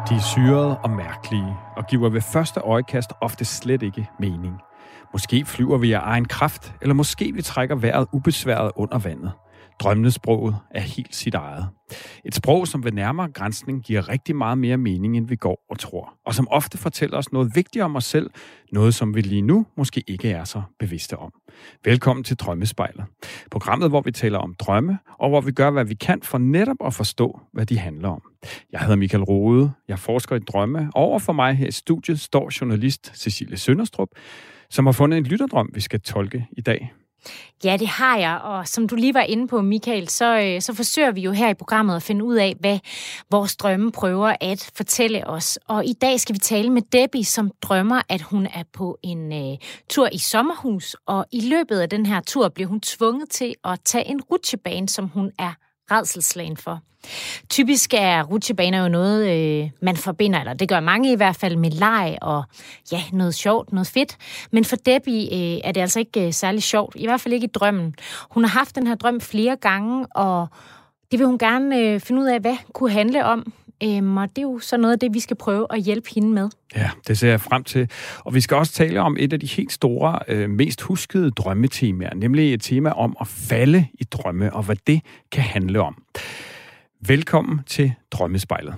De er syrede og mærkelige, og giver ved første øjekast ofte slet ikke mening. Måske flyver vi af egen kraft, eller måske vi trækker vejret ubesværet under vandet. Drømmesproget er helt sit eget. Et sprog, som ved nærmere granskning giver rigtig meget mere mening, end vi går og tror. Og som ofte fortæller os noget vigtigt om os selv, noget som vi lige nu måske ikke er så bevidste om. Velkommen til Drømmespejlet. Programmet, hvor vi taler om drømme, og hvor vi gør, hvad vi kan for netop at forstå, hvad de handler om. Jeg hedder Michael Rode, jeg forsker i drømme. Over for mig her i studiet står journalist Cecilie Sønderstrup, som har fundet en lytterdrøm, vi skal tolke i dag. Ja, det har jeg, og som du lige var inde på, Michael, så forsøger vi jo her i programmet at finde ud af, hvad vores drømme prøver at fortælle os. Og i dag skal vi tale med Debbie, som drømmer, at hun er på en tur i sommerhus, og i løbet af den her tur bliver hun tvunget til at tage en rutsjebane, som hun er rædselsslagen for. Typisk er rutsjebaner jo noget, man forbinder, eller det gør mange i hvert fald, med leg og ja, noget sjovt, noget fedt. Men for Debbie er det altså ikke særlig sjovt, i hvert fald ikke i drømmen. Hun har haft den her drøm flere gange, og det vil hun gerne finde ud af, hvad kunne handle om. Og det er jo så noget af det, vi skal prøve at hjælpe hende med. Ja, det ser jeg frem til. Og vi skal også tale om et af de helt store, mest huskede drømmetemaer, nemlig et tema om at falde i drømme, og hvad det kan handle om. Velkommen til Drømmespejlet.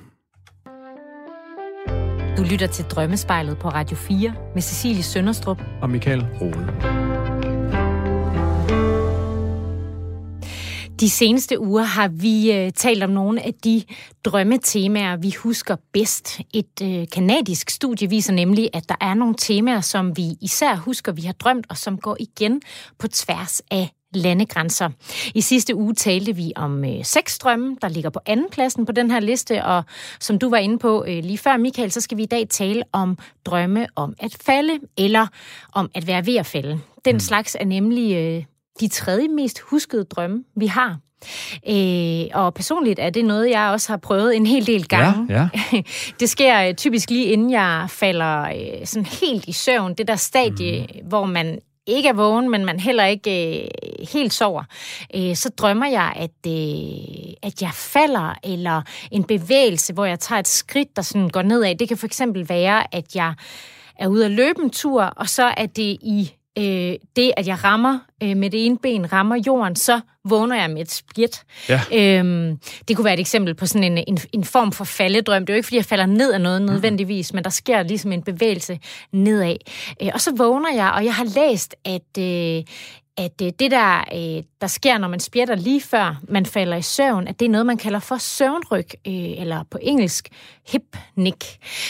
Du lytter til Drømmespejlet på Radio 4 med Cecilie Sønderstrup og Michael Rode. De seneste uger har vi talt om nogle af de drømmetemaer, vi husker bedst. Et kanadisk studie viser nemlig, at der er nogle temaer, som vi især husker, vi har drømt, og som går igen på tværs af landegrænser. I sidste uge talte vi om sexdrømme, der ligger på andenpladsen på den her liste, og som du var inde på lige før, Michael, så skal vi i dag tale om drømme om at falde, eller om at være ved at falde. Den slags er nemlig de tredje mest huskede drømme, vi har. Og personligt er det noget, jeg også har prøvet en hel del gange. Ja. Det sker typisk lige inden jeg falder sådan helt i søvn. Det der stadie, hvor man ikke er vågen, men man heller ikke helt sover, så drømmer jeg, at jeg falder, eller en bevægelse, hvor jeg tager et skridt, der sådan går nedad. Det kan for eksempel være, at jeg er ude at løbe en tur, og så er det i det, at jeg rammer med det ene ben, rammer jorden, så vågner jeg med et spjæt. Ja. Det kunne være et eksempel på sådan en form for falledrøm. Det er jo ikke, fordi jeg falder ned af noget nødvendigvis, men der sker ligesom en bevægelse nedad. Og så vågner jeg, og jeg har læst, at det der sker, når man spjætter lige før man falder i søvn, at det er noget, man kalder for søvnryg, eller på engelsk hypnic.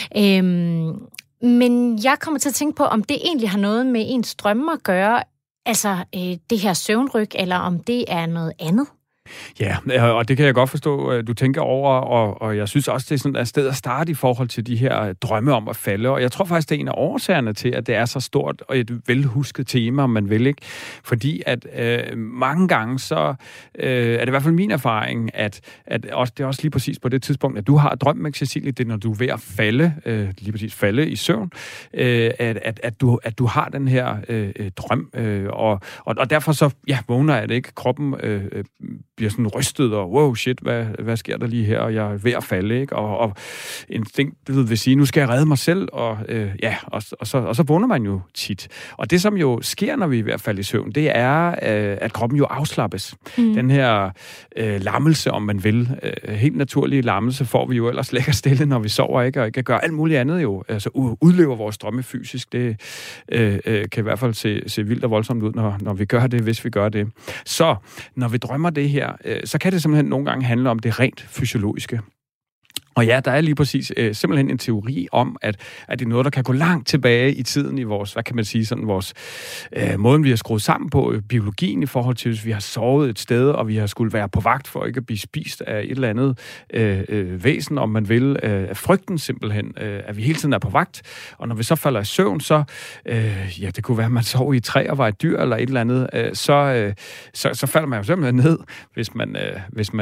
Men jeg kommer til at tænke på, om det egentlig har noget med ens drømme at gøre, altså det her søvnryg, eller om det er noget andet. Ja, og det kan jeg godt forstå, du tænker over, og jeg synes også, det er sådan et sted at starte i forhold til de her drømme om at falde, og jeg tror faktisk, det er en af årsagerne til, at det er så stort og et velhusket tema, om man vil, ikke? Fordi at mange gange, så er det i hvert fald min erfaring, at også, det er også lige præcis på det tidspunkt, at du har drømt med Cecilie, det er, når du er ved at falde, lige præcis falde i søvn, at du har den her drøm, og derfor så, ja, vågner jeg det ikke, kroppen bliver sådan rystet, og wow, shit, hvad sker der lige her, og jeg er ved at falde, ikke? Og instinktet vil sige, nu skal jeg redde mig selv, og så vågner man jo tit. Og det, som jo sker, når vi er ved at falde i søvn, det er, at kroppen jo afslappes. Den her lammelse, om man vil, helt naturlige lammelse, får vi jo ellers lækker stille, når vi sover, ikke? Og ikke kan gøre alt muligt andet jo. Altså udlever vores drømme fysisk, det kan i hvert fald se vildt og voldsomt ud, når vi gør det, hvis vi gør det. Så, når vi drømmer det her, så kan det simpelthen nogle gange handle om det rent fysiologiske. Og ja, der er lige præcis simpelthen en teori om, at det er noget, der kan gå langt tilbage i tiden i vores, hvad kan man sige, sådan vores måden, vi har skruet sammen på, biologien i forhold til, hvis vi har sovet et sted, og vi har skulle være på vagt for ikke at blive spist af et eller andet væsen, om man vil, af frygten simpelthen, at vi hele tiden er på vagt. Og når vi så falder i søvn, så, ja, det kunne være, at man sov i et træ og var et dyr eller et eller andet, så falder man jo simpelthen ned, hvis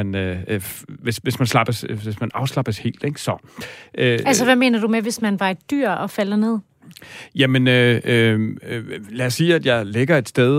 man afslappes helt, ikke? Så, altså, hvad mener du med, hvis man var et dyr og falder ned? Jamen, lad os sige, at jeg ligger et sted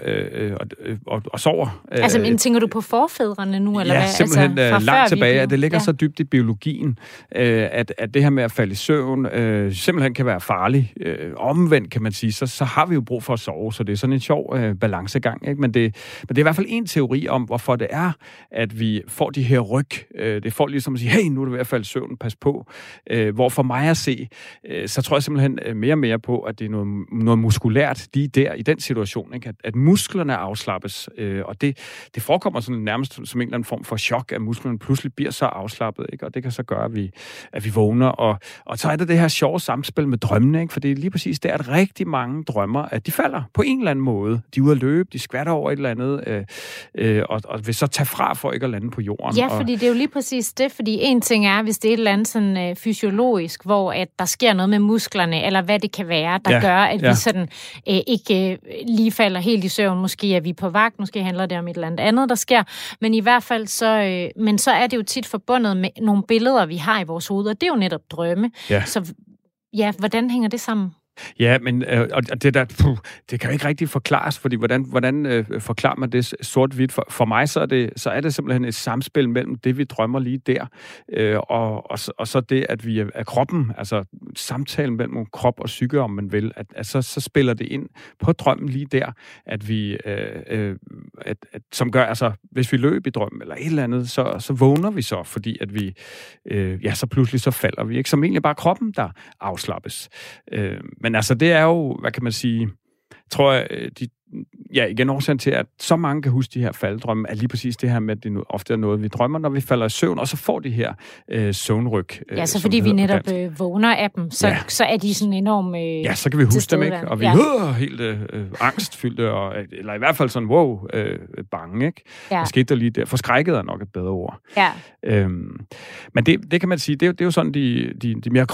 og sover. Altså, men tænker du på forfædrene nu, eller hvad? Simpelthen altså, langt tilbage, at det ligger så dybt i biologien, at det her med at falde i søvn simpelthen kan være farligt. Omvendt, kan man sige, så har vi jo brug for at sove, så det er sådan en sjov balancegang, ikke? Men det er i hvert fald en teori om, hvorfor det er, at vi får de her ryg. Det får ligesom at sige, hey, nu er du ved at falde i søvn, pas på. Hvor for mig at se, så tror jeg simpelthen mere og mere på, at det er noget muskulært lige der i den situation, ikke? At musklerne afslappes, og det forekommer sådan nærmest som en eller anden form for chok, at musklerne pludselig bliver så afslappet, ikke? Og det kan så gøre, at vi vågner, og så er det her sjove samspil med drømmene, ikke? For det er lige præcis der, at rigtig mange drømmer, at de falder på en eller anden måde. De er ude at løbe, de skvatter over et eller andet, og vil så tage fra for ikke at lande på jorden. Ja, fordi det er jo lige præcis det, fordi en ting er, hvis det er et eller andet sådan fysiologisk, hvor at der sker noget med musklerne, eller hvad det kan være, der gør, at vi sådan ikke lige falder helt i søvn. Måske er vi på vagt, måske handler det om et eller andet, der sker. Men i hvert fald så er det jo tit forbundet med nogle billeder, vi har i vores hoved, og det er jo netop drømme. Ja. Så ja, hvordan hænger det sammen? Ja, men og det kan jo ikke rigtig forklares, fordi hvordan forklarer man det sort-hvidt? For mig så er det simpelthen et samspil mellem det, vi drømmer lige der, og så det, at vi er kroppen, altså samtalen mellem krop og psyke, om man vil, at så spiller det ind på drømmen lige der, at vi, som gør, altså hvis vi løber i drømmen eller et eller andet, så vågner vi så, fordi at vi, så pludselig så falder vi, ikke? Som egentlig bare kroppen, der afslappes. Men altså, det er jo, hvad kan man sige, tror jeg, igen årsagen til, at så mange kan huske de her falddrømme, er lige præcis det her med, at det ofte er noget, vi drømmer, når vi falder i søvn, og så får de her søvnryg. Ja, så fordi vi netop vågner af dem, så er de sådan enormt så kan vi huske dem, ikke? Og vi er helt angstfyldte, eller i hvert fald sådan, bange, ikke? Ja. Hvad skete der lige der? Forskrækket er nok et bedre ord. Ja. Men det kan man sige, det er jo sådan de mere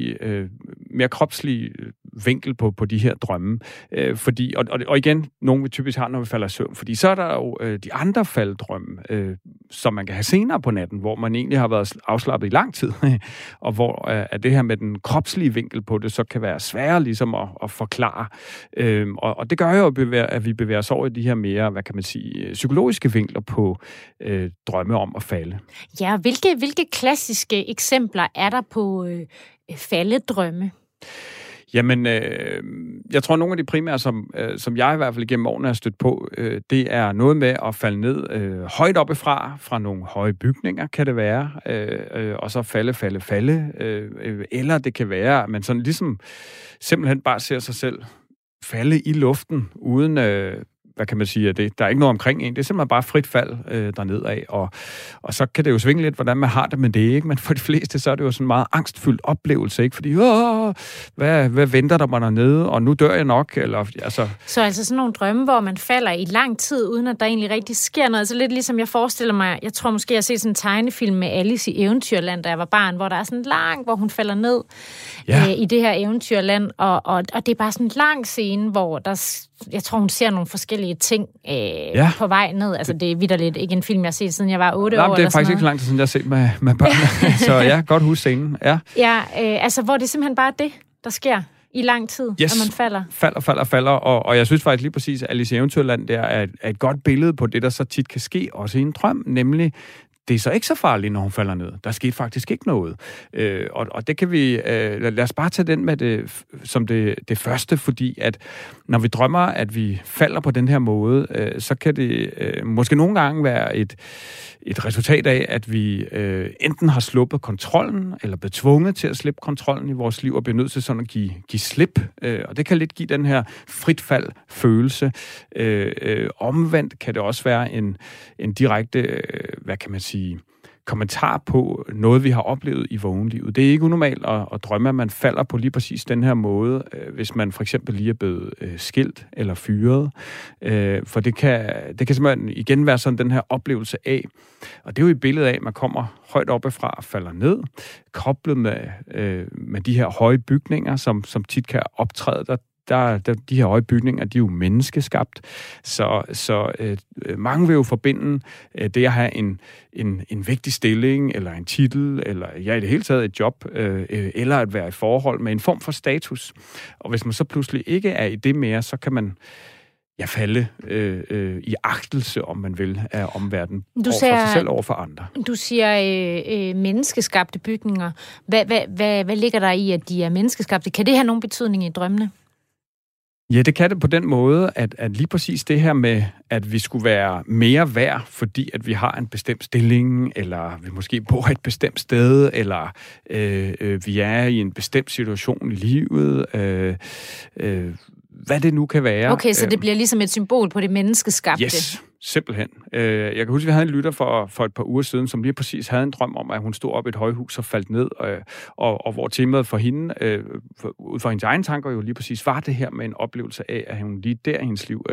kropslige vinkel på de her drømme. Fordi, og igen, nogle vi typisk har, når vi falder i søvn. Fordi så er der jo de andre falddrømme, som man kan have senere på natten, hvor man egentlig har været afslappet i lang tid, og hvor at det her med den kropslige vinkel på det, så kan være sværere ligesom at forklare. Og det gør jo, at vi bevæger os over i de her mere, hvad kan man sige, psykologiske vinkler på drømme om at falde. Ja, hvilke klassiske eksempler er der på falddrømme? Jamen, jeg tror, nogle af de primære, som jeg i hvert fald igennem årene har stødt på, det er noget med at falde ned højt oppefra, fra nogle høje bygninger, kan det være, og så falde. Eller det kan være, at man sådan ligesom simpelthen bare ser sig selv falde i luften, uden hvad kan man sige af det? Der er ikke noget omkring en. Det er simpelthen bare frit fald derned af. Og så kan det jo svinge lidt, hvordan man har det med det, ikke? Men for de fleste, så er det jo sådan en meget angstfyldt oplevelse, ikke? Fordi, hvad venter der mig dernede? Og nu dør jeg nok, eller altså... Så altså sådan nogle drømme, hvor man falder i lang tid, uden at der egentlig rigtig sker noget. Altså lidt ligesom jeg forestiller mig, jeg tror måske, jeg har set sådan en tegnefilm med Alice i Eventyrland, da jeg var barn, hvor der er sådan lang, hvor hun falder ned i det her eventyrland, og det er bare sådan en lang scene, hvor der... Jeg tror, hun ser nogle forskellige ting på vej ned. Altså, det er vitterligt ikke en film, jeg har set, siden jeg var 8 år. Det er faktisk ikke så lang tid siden, jeg har set med børnene. Så ja, godt huske scenen. Ja, altså, hvor det simpelthen bare er det, der sker i lang tid, når man falder. Og jeg synes faktisk lige præcis, at Alice i Eventyrland der er et godt billede på det, der så tit kan ske, også i en drøm, nemlig det er så ikke så farligt, når hun falder ned. Der skete faktisk ikke noget. Og det kan vi... lad os bare tage den med det, som det første, fordi at når vi drømmer, at vi falder på den her måde, så kan det måske nogle gange være et resultat af, at vi enten har sluppet kontrollen, eller blevet tvunget til at slippe kontrollen i vores liv, og bliver nødt til sådan at give slip. Og det kan lidt give den her fritfald-følelse. Omvendt kan det også være en direkte, hvad kan man sige, kommentar på noget, vi har oplevet i vågenlivet. Det er ikke unormalt at drømme, at man falder på lige præcis den her måde, hvis man for eksempel lige er blevet skilt eller fyret. For det kan simpelthen igen være sådan den her oplevelse af, og det er jo et billede af, at man kommer højt oppefra og falder ned, koblet med de her høje bygninger, som tit kan optræde. de her høje bygninger, de er jo menneskeskabt. Så mange vil jo forbinde det at have en vigtig stilling, eller en titel, eller i det hele taget et job, eller at være i forhold med en form for status. Og hvis man så pludselig ikke er i det mere, så kan man falde i agtelse, om man vil, af omverdenen. Over for sig selv, over for andre. Du siger menneskeskabte bygninger. Hvad ligger der i, at de er menneskeskabte? Kan det have nogen betydning i drømmene? Ja, det kan det på den måde, at lige præcis det her med, at vi skulle være mere værd, fordi at vi har en bestemt stilling, eller vi måske bor et bestemt sted, eller vi er i en bestemt situation i livet, hvad det nu kan være. Okay, så det bliver ligesom et symbol på det menneskeskabte. Yes, simpelthen. Jeg kan huske, at vi havde en lytter for et par uger siden, som lige præcis havde en drøm om, at hun stod op i et højhus og faldt ned, og hvor temaet for hende, ud fra hendes egen tanker jo lige præcis, var det her med en oplevelse af, at hun lige der i hendes liv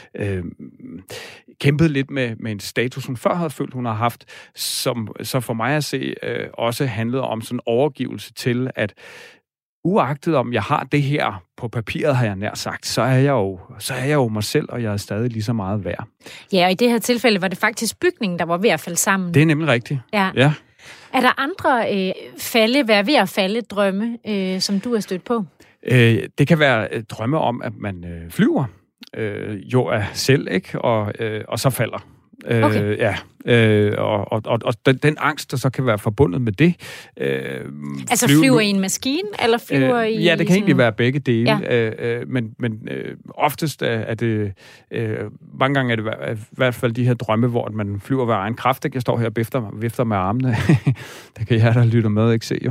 kæmpede lidt med en status, hun før havde følt, hun har haft, som så for mig at se også handlede om sådan en overgivelse til, at uagtet om jeg har det her på papiret, har jeg nær sagt, så er jeg jo mig selv, og jeg er stadig lige så meget værd. Ja, og i det her tilfælde var det faktisk bygningen, der var ved at falde sammen. Det er nemlig rigtigt. Ja. Er der andre være ved at falde drømme, som du har stødt på? Det kan være drømme om, at man flyver jo af selv, ikke? Og så falder. Okay. Og den angst, der så kan være forbundet med det. Flyver i en maskine, eller flyver i... Ja, det kan egentlig være begge dele. Ja. Men oftest er det... mange gange er det i hvert fald de her drømme, hvor man flyver ved egen kraft. Jeg står her og vifter med armene. Det kan jeg, der lytter med, ikke se jo.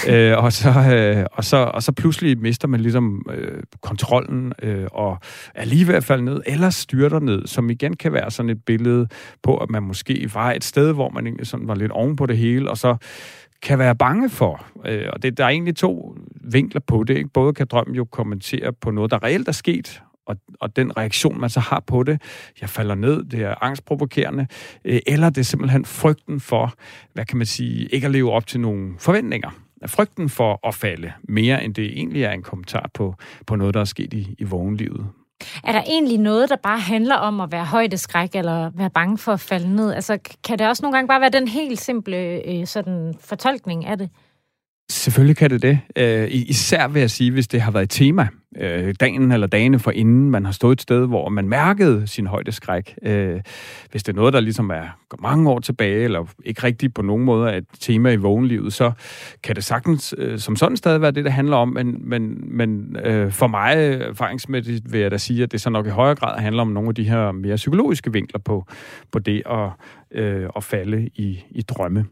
Og så pludselig mister man ligesom kontrollen, og er lige ved at falde ned, eller styrter ned, som igen kan være sådan et billede på, at man måske var et sted, hvor man egentlig sådan var lidt oven på det hele, og så kan være bange for. Og der er egentlig to vinkler på det. Ikke? Både kan drømmen jo kommentere på noget, der reelt er sket, og den reaktion, man så har på det, jeg falder ned, det er angstprovokerende, eller det er simpelthen frygten for, hvad kan man sige, ikke at leve op til nogle forventninger. Frygten for at falde, mere end det egentlig er en kommentar på noget, der er sket i vågenlivet. Er der egentlig noget, der bare handler om at være højdeskræk, eller være bange for at falde ned? Altså, kan det også nogle gange bare være den helt simple sådan fortolkning af det? Selvfølgelig kan det. Især vil jeg sige, hvis det har været et tema, dagen eller dagene forinden, man har stået et sted, hvor man mærkede sin højdeskræk. Hvis det er noget, der ligesom er mange år tilbage, eller ikke rigtigt på nogen måde er et tema i vågenlivet, så kan det sagtens som sådan stadig være det handler om, men for mig erfaringsmæssigt vil jeg da sige, at det så nok i højere grad handler om nogle af de her mere psykologiske vinkler på det at falde i drømme.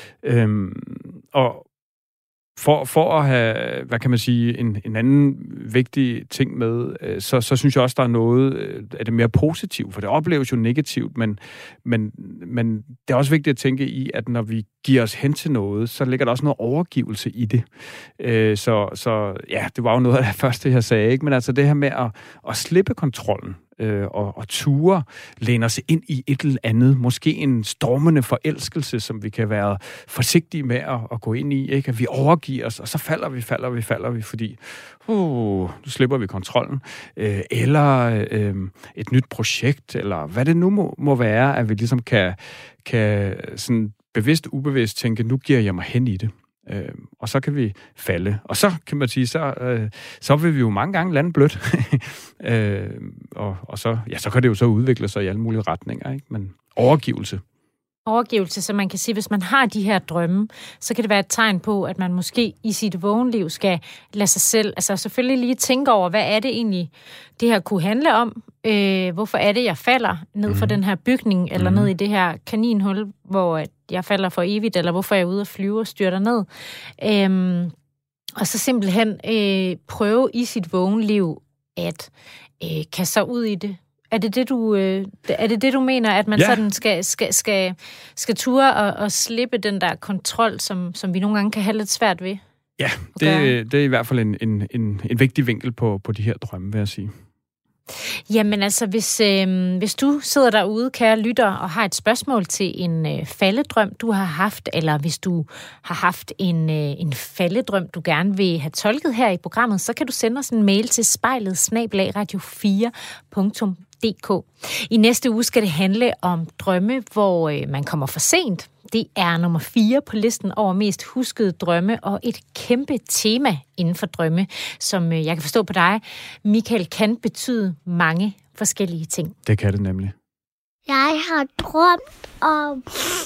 Og For at have, hvad kan man sige, en anden vigtig ting med, så synes jeg også, der er noget af det mere positivt, for det opleves jo negativt, men det er også vigtigt at tænke i, at når vi giver os hen til noget, så ligger der også noget overgivelse i det. Så ja, det var jo noget af det første, jeg sagde, ikke? Men altså det her med at slippe kontrollen, og ture læner sig ind i et eller andet, måske en stormende forelskelse, som vi kan være forsigtige med at gå ind i, ikke? At vi overgiver os, og så falder vi, fordi nu slipper vi kontrollen. Eller et nyt projekt, eller hvad det nu må være, at vi ligesom kan sådan bevidst, ubevidst tænke, nu giver jeg mig hen i det. Og så kan vi falde. Og så kan man sige, så vil vi jo mange gange lande blødt. Og så kan det jo så udvikle sig i alle mulige retninger, ikke? Men overgivelse, så man kan sige, hvis man har de her drømme, så kan det være et tegn på, at man måske i sit vågenliv skal lade sig selv, altså selvfølgelig lige tænke over, hvad er det egentlig, det her kunne handle om? Hvorfor er det, jeg falder ned fra den her bygning, eller ned i det her kaninhul, hvor jeg falder for evigt, eller hvorfor er jeg ude at flyve og styrter ned? Og så simpelthen prøve i sit vågenliv at kaste sig ud i det. Er det det, du mener, at man sådan skal ture og slippe den der kontrol, som vi nogle gange kan have lidt svært ved? Ja, det er i hvert fald en vigtig vinkel på de her drømme, vil jeg sige. Jamen altså, hvis du sidder derude, kære lytter, og har et spørgsmål til en falledrøm, du har haft, eller hvis du har haft en falledrøm, du gerne vil have tolket her i programmet, så kan du sende os en mail til spejlet@radio4.dk. I næste uge skal det handle om drømme, hvor man kommer for sent. Det er nummer 4 på listen over mest huskede drømme, og et kæmpe tema inden for drømme, som jeg kan forstå på dig, Michael, kan betyde mange forskellige ting. Det kan det nemlig. Jeg har drømt om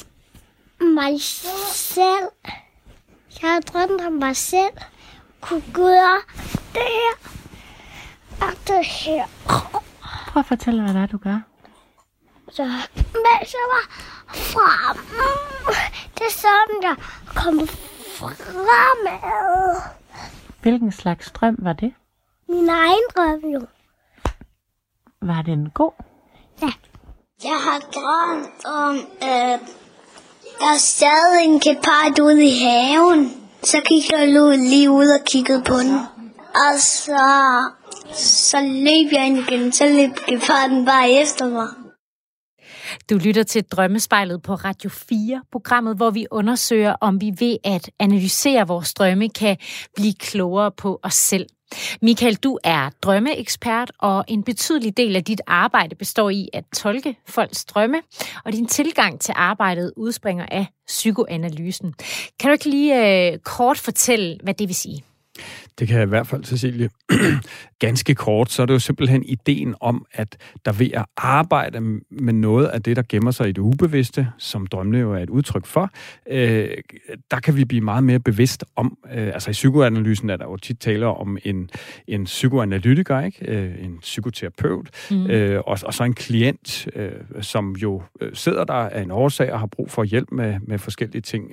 mig selv. Jeg har drømt om mig selv. Kunne gøre det her og det her. Prøv at fortælle, hvad det er, du gør. Så mens jeg var frem, det er sådan, jeg kom fremad. Hvilken slags drøm var det? Min egen drøm jo. Var den god? Ja. Jeg har drømt om, at der sad en gepard ude i haven. Så gik jeg lige ud og kiggede på den. Og så løb jeg ind igen, så løb geparden bare efter mig. Du lytter til Drømmespejlet på Radio 4, programmet, hvor vi undersøger, om vi ved at analysere vores drømme kan blive klogere på os selv. Michael, du er drømmeekspert, og en betydelig del af dit arbejde består i at tolke folks drømme, og din tilgang til arbejdet udspringer af psykoanalysen. Kan du ikke lige kort fortælle, hvad det vil sige? Det kan jeg i hvert fald, Cecilie. Ganske kort, så er det jo simpelthen ideen om, at der ved at arbejde med noget af det, der gemmer sig i det ubevidste, som drømmene jo er et udtryk for, der kan vi blive meget mere bevidst om. Altså i psykoanalysen er der jo tit tale om en psykoanalytiker, ikke? En psykoterapeut, og så en klient, som jo sidder der af en årsag og har brug for hjælp med forskellige ting.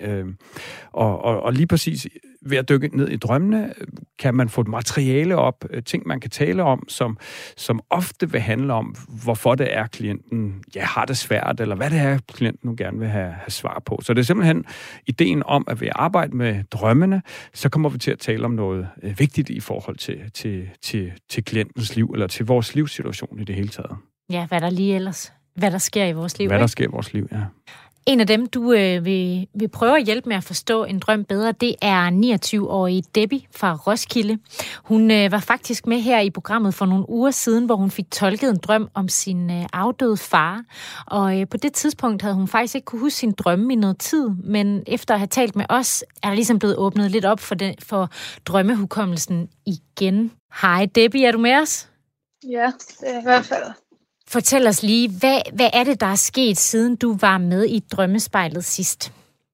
Og lige præcis ved at dykke ned i drømmene, kan man få et materiale op, ting man kan tale om, som ofte vil handle om, hvorfor det er, klienten har det svært, eller hvad det er, klienten nu gerne vil have svar på. Så det er simpelthen ideen om, at ved at arbejde med drømmene, så kommer vi til at tale om noget vigtigt i forhold til klientens liv, eller til vores livssituation i det hele taget. Ja, hvad der sker i vores liv. Hvad der sker i vores liv, ja. En af dem, du vil prøve at hjælpe med at forstå en drøm bedre, det er 29-årige Debbie fra Roskilde. Hun var faktisk med her i programmet for nogle uger siden, hvor hun fik tolket en drøm om sin afdøde far. Og på det tidspunkt havde hun faktisk ikke kunne huske sin drømme i noget tid, men efter at have talt med os, er der ligesom blevet åbnet lidt op for drømmehukommelsen igen. Hej Debbie, er du med os? Ja, det er i hvert fald. Fortæl os lige, hvad er det, der er sket, siden du var med i Drømmespejlet sidst?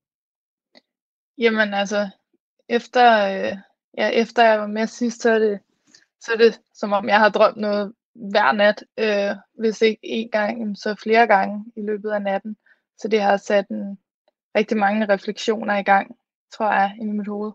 Jamen altså, efter jeg var med sidst, så er det som om, jeg har drømt noget hver nat. Hvis ikke én gang, så flere gange i løbet af natten. Så det har sat rigtig mange refleksioner i gang, tror jeg, i mit hoved.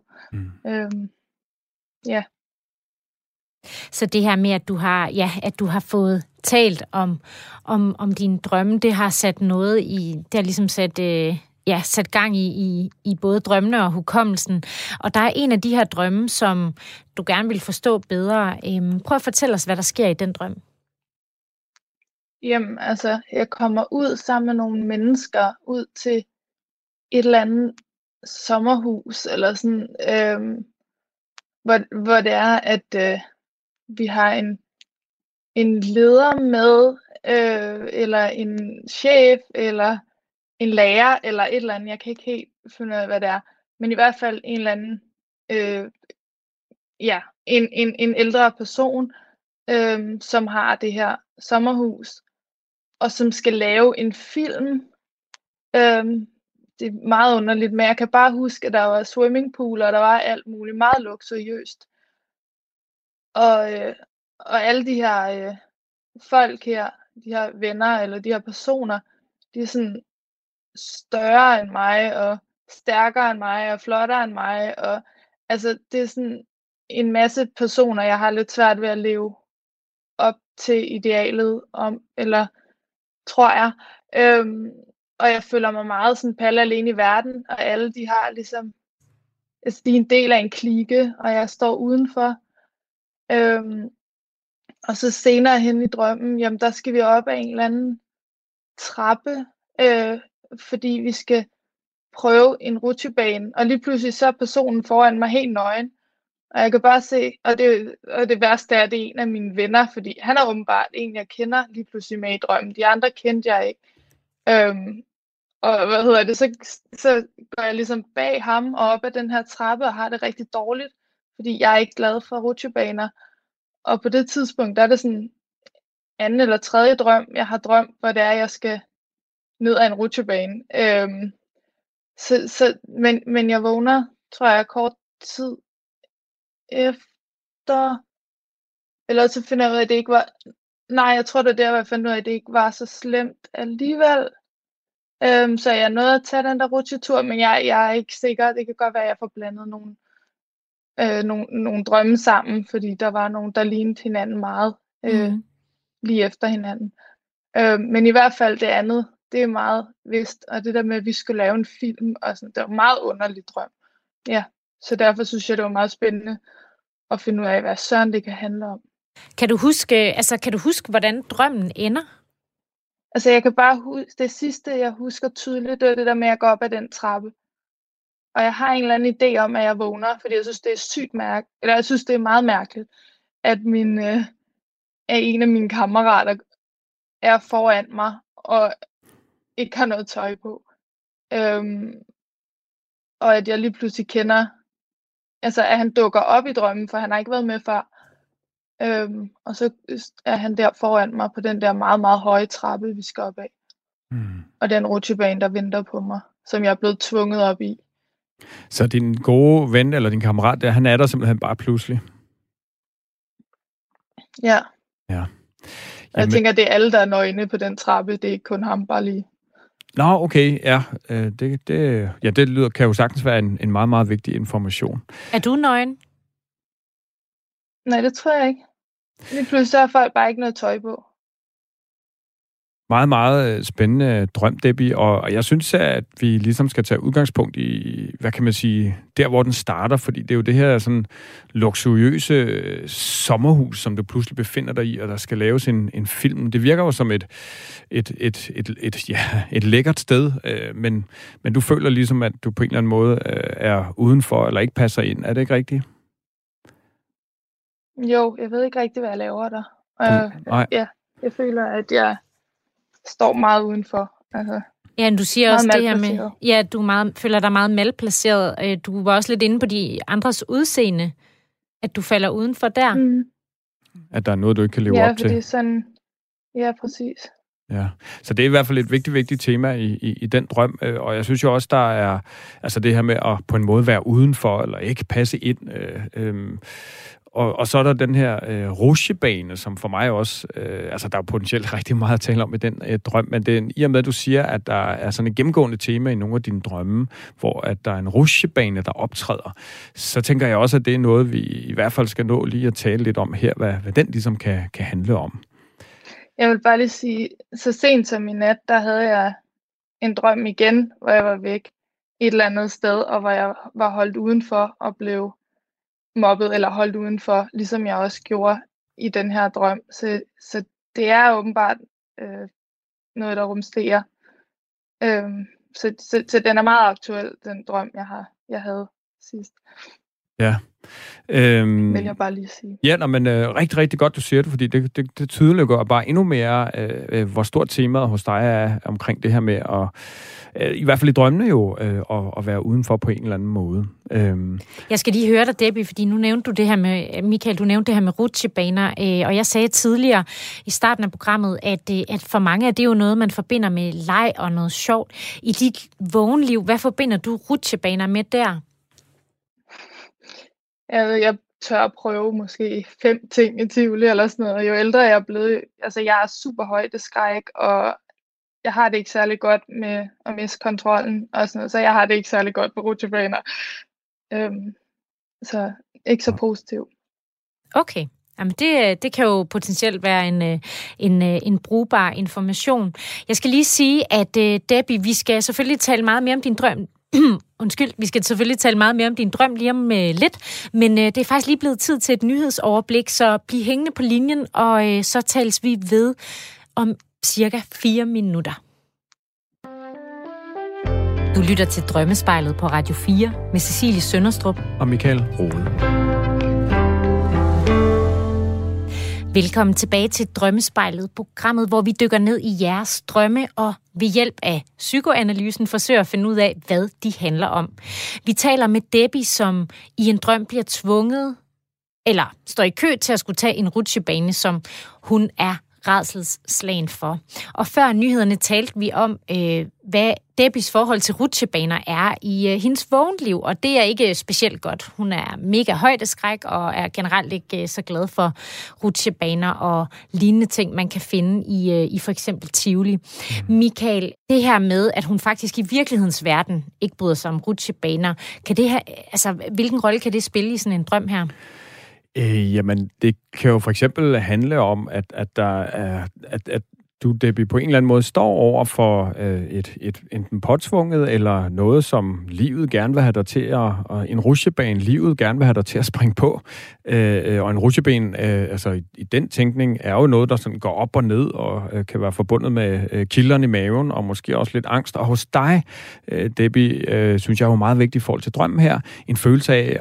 Ja. Så det her med, at du har fået talt om dine drømme, det har sat noget i, det har ligesom sat gang i både drømmene og hukommelsen. Og der er en af de her drømme, som du gerne vil forstå bedre. Prøv at fortælle os, hvad der sker i den drøm. Jamen, altså, jeg kommer ud sammen med nogle mennesker ud til et eller andet sommerhus, eller sådan, hvor det er, at vi har en leder med, eller en chef, eller en lærer, eller et eller andet. Jeg kan ikke helt finde ud af, hvad det er. Men i hvert fald en eller anden, en ældre person, som har det her sommerhus, og som skal lave en film. Det er meget underligt, men jeg kan bare huske, at der var swimmingpool, og der var alt muligt meget luksuriøst. Og alle de her folk her, de her venner, eller de her personer, de er sådan større end mig, og stærkere end mig, og flottere end mig, og altså det er sådan en masse personer, jeg har lidt svært ved at leve op til idealet om, eller tror jeg. Og jeg føler mig meget sådan palle alene i verden, og alle de har ligesom, altså de er en del af en klike, og jeg står udenfor. Og så senere hen i drømmen, jamen der skal vi op ad en eller anden trappe, fordi vi skal prøve en rutsjebane. Og lige pludselig så er personen foran mig helt nøgen. Og jeg kan bare se, og det værste er, at det er en af mine venner, fordi han er åbenbart en, jeg kender lige pludselig med i drømmen. De andre kendte jeg ikke. Og så går jeg ligesom bag ham og op ad den her trappe og har det rigtig dårligt, fordi jeg er ikke glad for rutsjebaner. Og på det tidspunkt, der er det sådan anden eller tredje drøm, jeg har drømt, hvor det er, jeg skal ned ad en rutsjebane. Men jeg vågner, tror jeg, kort tid efter, eller så finder jeg ud af, at det ikke var, nej, jeg tror, det er der, hvor jeg fandt ud af, at det ikke var så slemt alligevel. Så jeg nåede at tage den der rutsjetur, men jeg er ikke sikker. Det kan godt være, at jeg får blandet nogle drømme sammen, fordi der var nogle, der lignede hinanden meget lige efter hinanden. Men i hvert fald det andet, det er meget vist, og det der med, at vi skulle lave en film, og sådan, det var en meget underlig drøm. Ja, så derfor synes jeg, det var meget spændende at finde ud af, hvad søren det kan handle om. Kan du huske, hvordan drømmen ender? Altså, jeg kan bare huske, det sidste, jeg husker tydeligt, det er det der med, at gå op ad den trappe. Og jeg har en eller anden idé om, at jeg vågner, fordi jeg synes, det er jeg synes, det er meget mærkeligt, at en af mine kammerater er foran mig, og ikke har noget tøj på. Og at jeg lige pludselig kender, altså at han dukker op i drømmen, for han har ikke været med før. Og så er han der foran mig på den der meget, meget høje trappe, vi skal op af. Og den rutsjebane, der venter på mig, som jeg er blevet tvunget op i. Så din gode ven, eller din kammerat, han er der simpelthen bare pludselig? Ja. Ja. Jeg tænker, det er alle, der er nøgne på den trappe. Det er ikke kun ham, bare lige. Nå, okay, ja. Det lyder, kan jo sagtens være en meget, meget vigtig information. Er du nøgen? Nej, det tror jeg ikke. Lige pludselig har folk bare ikke noget tøj på. Meget, meget spændende drøm, Debbie, og jeg synes, at vi ligesom skal tage udgangspunkt i, hvad kan man sige, der hvor den starter, fordi det er jo det her sådan luksuriøse sommerhus, som du pludselig befinder dig i, og der skal laves en film. Det virker jo som et lækkert sted, men du føler ligesom, at du på en eller anden måde er udenfor, eller ikke passer ind. Er det ikke rigtigt? Jo, jeg ved ikke rigtig, hvad jeg laver der. Ja, jeg føler, at jeg står meget udenfor. Altså, ja, du siger også det her med, ja, du føler dig meget malplaceret. Du var også lidt inde på de andres udseende, at du falder udenfor der. At der er noget, du ikke kan leve op til. Ja, fordi sådan, ja, præcis. Ja, så det er i hvert fald et vigtigt tema i den drøm, og jeg synes jo også, der er altså det her med at på en måde være udenfor, eller ikke passe ind. Og så er der den her rutsjebane, som for mig også, altså der er potentielt rigtig meget at tale om i den drøm, men det er i og med, at du siger, at der er sådan et gennemgående tema i nogle af dine drømme, hvor at der er en rutsjebane, der optræder, så tænker jeg også, at det er noget, vi i hvert fald skal nå lige at tale lidt om her, hvad den ligesom kan handle om. Jeg vil bare lige sige, så sent som i nat, der havde jeg en drøm igen, hvor jeg var væk et eller andet sted, og hvor jeg var holdt udenfor og blev mobbet eller holdt udenfor, ligesom jeg også gjorde i den her drøm. Så det er åbenbart noget, der rumsterer. Så den er meget aktuel, den drøm, jeg havde sidst. Ja. Vil jeg bare lige sige. Ja, men rigtig, rigtig godt, du siger det, fordi det tydeliggør bare endnu mere, hvor stort temaet hos dig er omkring det her med at, i hvert fald i drømmene jo, at være udenfor på en eller anden måde. Jeg skal lige høre dig, Debbie, fordi nu nævnte du det her med, Michael, du nævnte det her med rutsjebaner, og jeg sagde tidligere i starten af programmet, at for mange er det jo noget, man forbinder med leg og noget sjovt. I dit vågenliv, hvad forbinder du rutsjebaner med der? Jeg tør at prøve måske 5 ting i Tivoli eller sådan noget. Jo ældre jeg er blevet, altså jeg er super højdeskræk, og jeg har det ikke særlig godt med at miste kontrollen og sådan noget, så jeg har det ikke særlig godt på rutsjebaner. Så ikke så positivt. Okay. Jamen det kan jo potentielt være en brugbar information. Jeg skal lige sige, at Debbie, vi skal selvfølgelig tale meget mere om din drøm Undskyld, vi skal selvfølgelig tale meget mere om din drøm lige om lidt, men det er faktisk lige blevet tid til et nyhedsoverblik, så bliv hængende på linjen, og så tales vi ved om cirka 4 minutter. Du lytter til Drømmespejlet på Radio 4 med Cecilie Sønderstrup og Michael Rode. Velkommen tilbage til Drømmespejlet, programmet, hvor vi dykker ned i jeres drømme og ved hjælp af psykoanalysen forsøger at finde ud af, hvad de handler om. Vi taler med Debbie, som i en drøm bliver tvunget, eller står i kø til at skulle tage en rutsjebane, som hun er rædselsslagen for. Og før nyhederne talte vi om, hvad Debbies forhold til rutsjebaner er i hendes vågenliv, og det er ikke specielt godt. Hun er mega højdeskræk og er generelt ikke så glad for rutsjebaner og lignende ting, man kan finde i for eksempel Tivoli. Michael, det her med, at hun faktisk i virkelighedens verden ikke bryder sig om rutsjebaner, kan det her, altså, hvilken rolle kan det spille i sådan en drøm her? Jamen, det kan jo for eksempel handle om, at der er, at du, Debbie, på en eller anden måde står over for enten påtvunget, eller noget, som livet gerne vil have dig til at en rutsjebane, livet gerne vil have dig til at springe på. Og en rutsjebane, altså i den tænkning, er jo noget, der sådan går op og ned, og kan være forbundet med kilderne i maven, og måske også lidt angst. Og hos dig, Debbie, synes jeg er jo meget vigtigt i forhold til drømmen her, en følelse af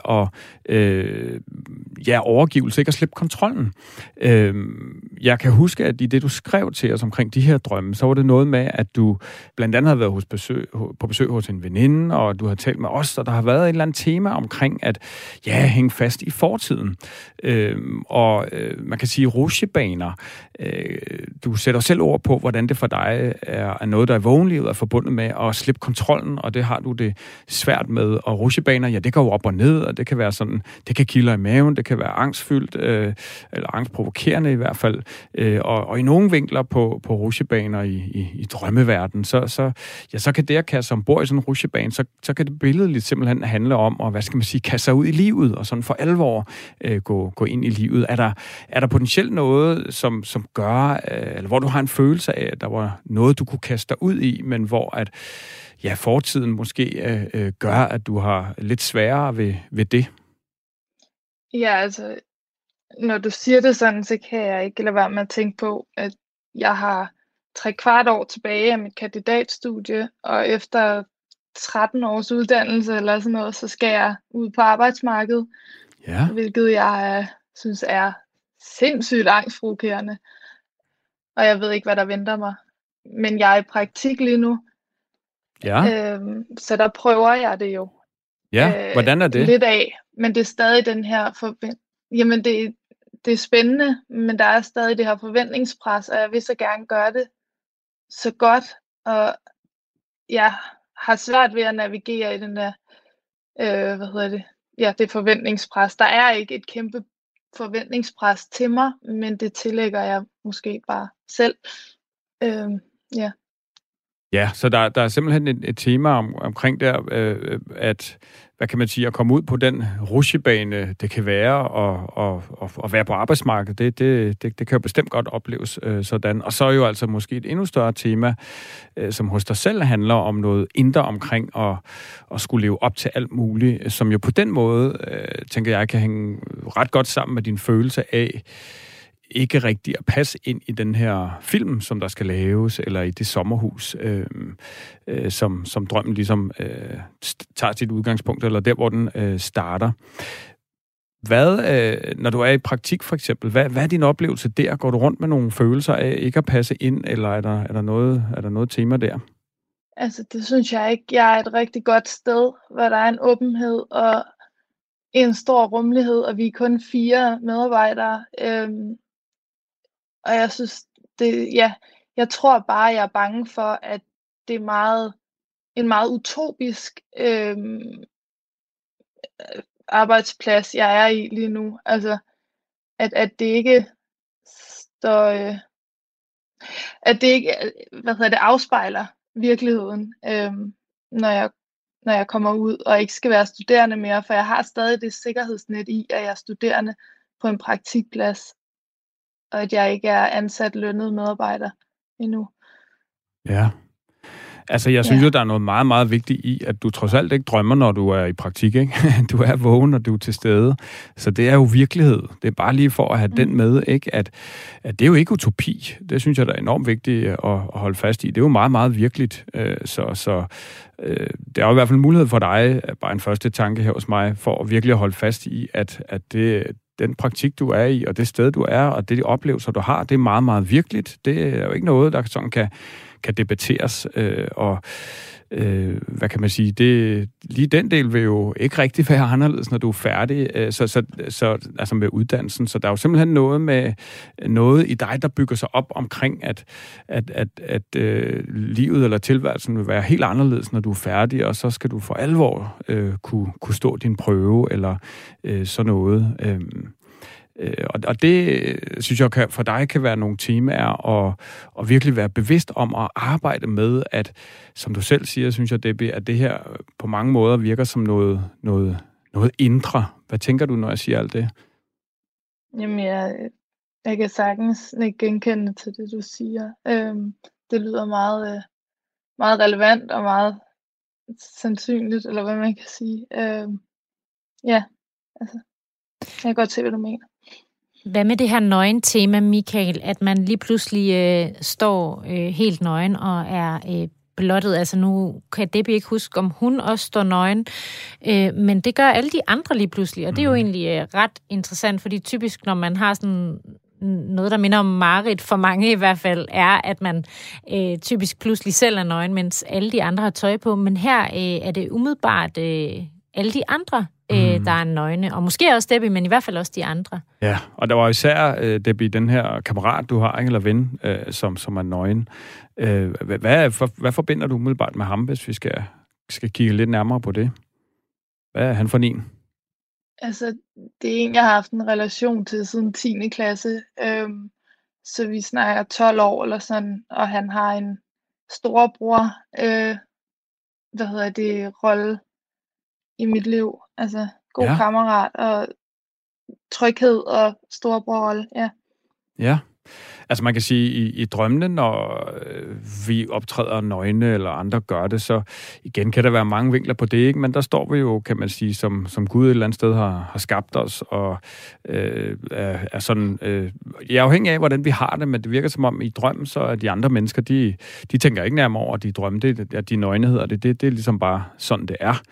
at overgivelse, ikke at slippe kontrollen. Jeg kan huske, at i det, du skrev til os omkring de her drømme, så var det noget med, at du blandt andet havde været på besøg hos en veninde, og du har talt med os, og der har været et eller andet tema omkring at hænge fast i fortiden. Man kan sige rutsjebaner. Du sætter selv ord på, hvordan det for dig er noget, der i vågenlivet er forbundet med at slippe kontrollen, og det har du det svært med. Og rutsjebaner, ja, det går jo op og ned, og det kan være sådan, det kan kilde i maven, det kan være angstfyldt, eller angstprovokerende i hvert fald. Og i nogle vinkler på rutsjebaner i drømmeverdenen, så kan det at kaste ombord i sådan en rutsjebane, så kan det billedligt simpelthen handle om at, hvad skal man sige, kaste sig ud i livet, og sådan for alvor gå ind i livet. Er der potentielt noget, som gør, eller hvor du har en følelse af, at der var noget, du kunne kaste dig ud i, men hvor at fortiden måske gør, at du har lidt sværere ved det? Ja, altså, når du siger det sådan, så kan jeg ikke lade være med at tænke på, at jeg har 3/4 år tilbage af mit kandidatstudie, og efter 13 års uddannelse eller sådan noget, så skal jeg ud på arbejdsmarkedet, hvilket jeg synes er sindssygt angstprovokerende. Og jeg ved ikke, hvad der venter mig. Men jeg er i praktik lige nu, så der prøver jeg det jo. Ja, hvordan er det? Lidt af, men det er stadig den her Jamen, det er spændende, men der er stadig det her forventningspres, og jeg vil så gerne gøre det så godt, og jeg har svært ved at navigere i den der, det forventningspres. Der er ikke et kæmpe forventningspres til mig, men det tillægger jeg måske bare selv. Ja, så der er simpelthen et tema omkring der, at, hvad kan man sige, at komme ud på den rutsjebane, det kan være, og være på arbejdsmarkedet, det kan jo bestemt godt opleves sådan. Og så er jo altså måske et endnu større tema, som hos dig selv handler om noget indre omkring at skulle leve op til alt muligt, som jo på den måde, tænker jeg, kan hænge ret godt sammen med din følelse af, ikke rigtig at passe ind i den her film, som der skal laves, eller i det sommerhus, som drømmen ligesom tager sit udgangspunkt, eller der, hvor den starter. Når du er i praktik for eksempel, hvad er din oplevelse der? Går du rundt med nogle følelser af ikke at passe ind, eller er der noget tema der? Altså, det synes jeg ikke. Jeg er et rigtig godt sted, hvor der er en åbenhed og en stor rummelighed, og vi er kun 4 medarbejdere. Og jeg synes, jeg tror bare, jeg er bange for, at det er en meget utopisk arbejdsplads, jeg er i lige nu. Altså, at det ikke står, at det ikke, afspejler virkeligheden, når jeg kommer ud og ikke skal være studerende mere, for jeg har stadig det sikkerhedsnet i, at jeg er studerende på en praktikplads, og at jeg ikke er ansat lønnet medarbejder endnu. Ja. Altså, jeg synes jo, der er noget meget, meget vigtigt i, at du trods alt ikke drømmer, når du er i praktik, ikke? Du er vågen, og du er til stede. Så det er jo virkelighed. Det er bare lige for at have den med, ikke? At det er jo ikke utopi. Det synes jeg, der er enormt vigtigt at holde fast i. Det er jo meget, meget virkeligt. Så der er jo i hvert fald mulighed for dig, bare en første tanke her hos mig, for at virkelig holde fast i, at den praktik, du er i, og det sted, du er, og de oplevelser, du har, det er meget, meget virkeligt. Det er jo ikke noget, der sådan kan debatteres, hvad kan man sige, lige den del vil jo ikke rigtig være anderledes, når du er færdig, så altså med uddannelsen, så der er jo simpelthen noget i dig, der bygger sig op omkring, at livet eller tilværelsen vil være helt anderledes, når du er færdig, og så skal du for alvor kunne stå din prøve, eller sådan noget. Og det, synes jeg, for dig kan være nogle temaer og virkelig være bevidst om at arbejde med, at, som du selv siger, synes jeg, Debbie, at det her på mange måder virker som noget indre. Hvad tænker du, når jeg siger alt det? Jamen, jeg kan sagtens ikke genkende til det, du siger. Det lyder meget, meget relevant og meget sandsynligt, eller hvad man kan sige. Ja, altså, jeg kan godt se, hvad du mener. Hvad med det her nøgen-tema, Michael, at man lige pludselig står helt nøgen og er blottet? Altså nu kan Debbie ikke huske, om hun også står nøgen, men det gør alle de andre lige pludselig, og det er jo egentlig ret interessant, fordi typisk, når man har sådan noget, der minder om mareridt, for mange i hvert fald, er, at man typisk pludselig selv er nøgen, mens alle de andre har tøj på, men her er det umiddelbart alle de andre, der er nøgne, og måske også Debbie, men i hvert fald også de andre. Ja, og der var især, Debbie, den her kammerat, du har, eller ven, som er nøgen. Hvad forbinder du umiddelbart med ham, hvis vi skal kigge lidt nærmere på det? Hvad er han for en? Altså, det er en, jeg har haft en relation til siden 10. klasse, så vi snakker 12 år eller sådan, og han har en storebror, rolle i mit liv. Altså, god kammerat og tryghed og storebrorrolle, ja. Ja, altså man kan sige, i drømmene, når vi optræder nøgne, eller andre gør det, så igen kan der være mange vinkler på det, ikke? Men der står vi jo, kan man sige, som Gud et eller andet sted har skabt os, og er sådan, jeg er afhængig af, hvordan vi har det, men det virker som om i drømmen, så er de andre mennesker, de tænker ikke nærmere over, at de drømmer, de nøgenheder, det er ligesom bare sådan, det er.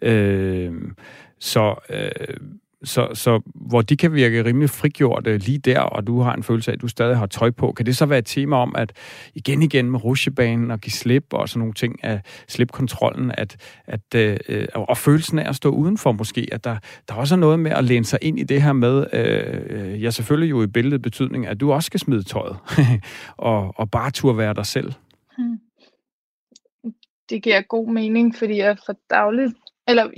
Så hvor de kan virke rimelig frigjort lige der, og du har en følelse af, at du stadig har tøj på, kan det så være et tema om, at igen med rutsjebanen og give slip og sådan nogle ting, at slipkontrollen, og følelsen af at stå udenfor måske, at der også er noget med at læne sig ind i det her med, selvfølgelig jo i billedet betydning, at du også skal smide tøjet, og bare turde være dig selv. Det giver god mening, fordi jeg for dagligt, eller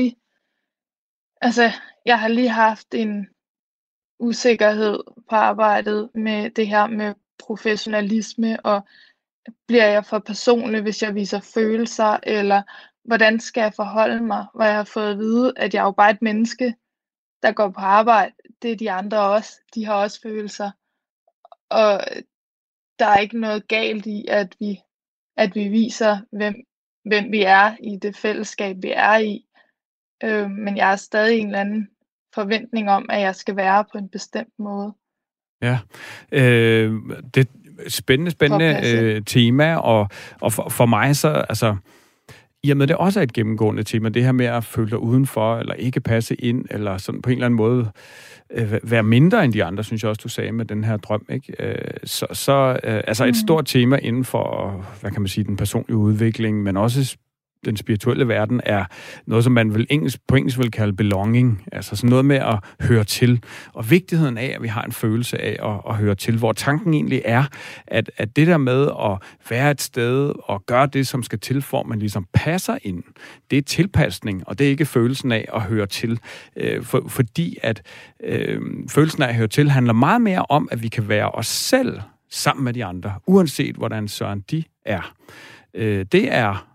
jeg har lige haft en usikkerhed på arbejdet med det her med professionalisme, og bliver jeg for personlig, hvis jeg viser følelser, eller hvordan skal jeg forholde mig, hvor jeg har fået at vide, at jeg er jo bare et menneske, der går på arbejde. Det er de andre også. De har også følelser. Og der er ikke noget galt i, at vi viser, hvem vi er i det fællesskab, vi er i. Men jeg har stadig en eller anden forventning om, at jeg skal være på en bestemt måde. Ja, det er spændende tema, og for mig så, altså, i og med det også er et gennemgående tema, det her med at føle dig udenfor, eller ikke passe ind, eller sådan på en eller anden måde være mindre end de andre, synes jeg også, du sagde med den her drøm, ikke? Altså et stort tema inden for, hvad kan man sige, den personlige udvikling, men også den spirituelle verden er noget, som man på engelsk vil kalde belonging. Altså sådan noget med at høre til. Og vigtigheden af, at vi har en følelse af at høre til, hvor tanken egentlig er, at det der med at være et sted og gøre det, som skal til, for man ligesom passer ind, det er tilpasning, og det er ikke følelsen af at høre til. Fordi at følelsen af at høre til handler meget mere om, at vi kan være os selv sammen med de andre, uanset hvordan søren de er. Det er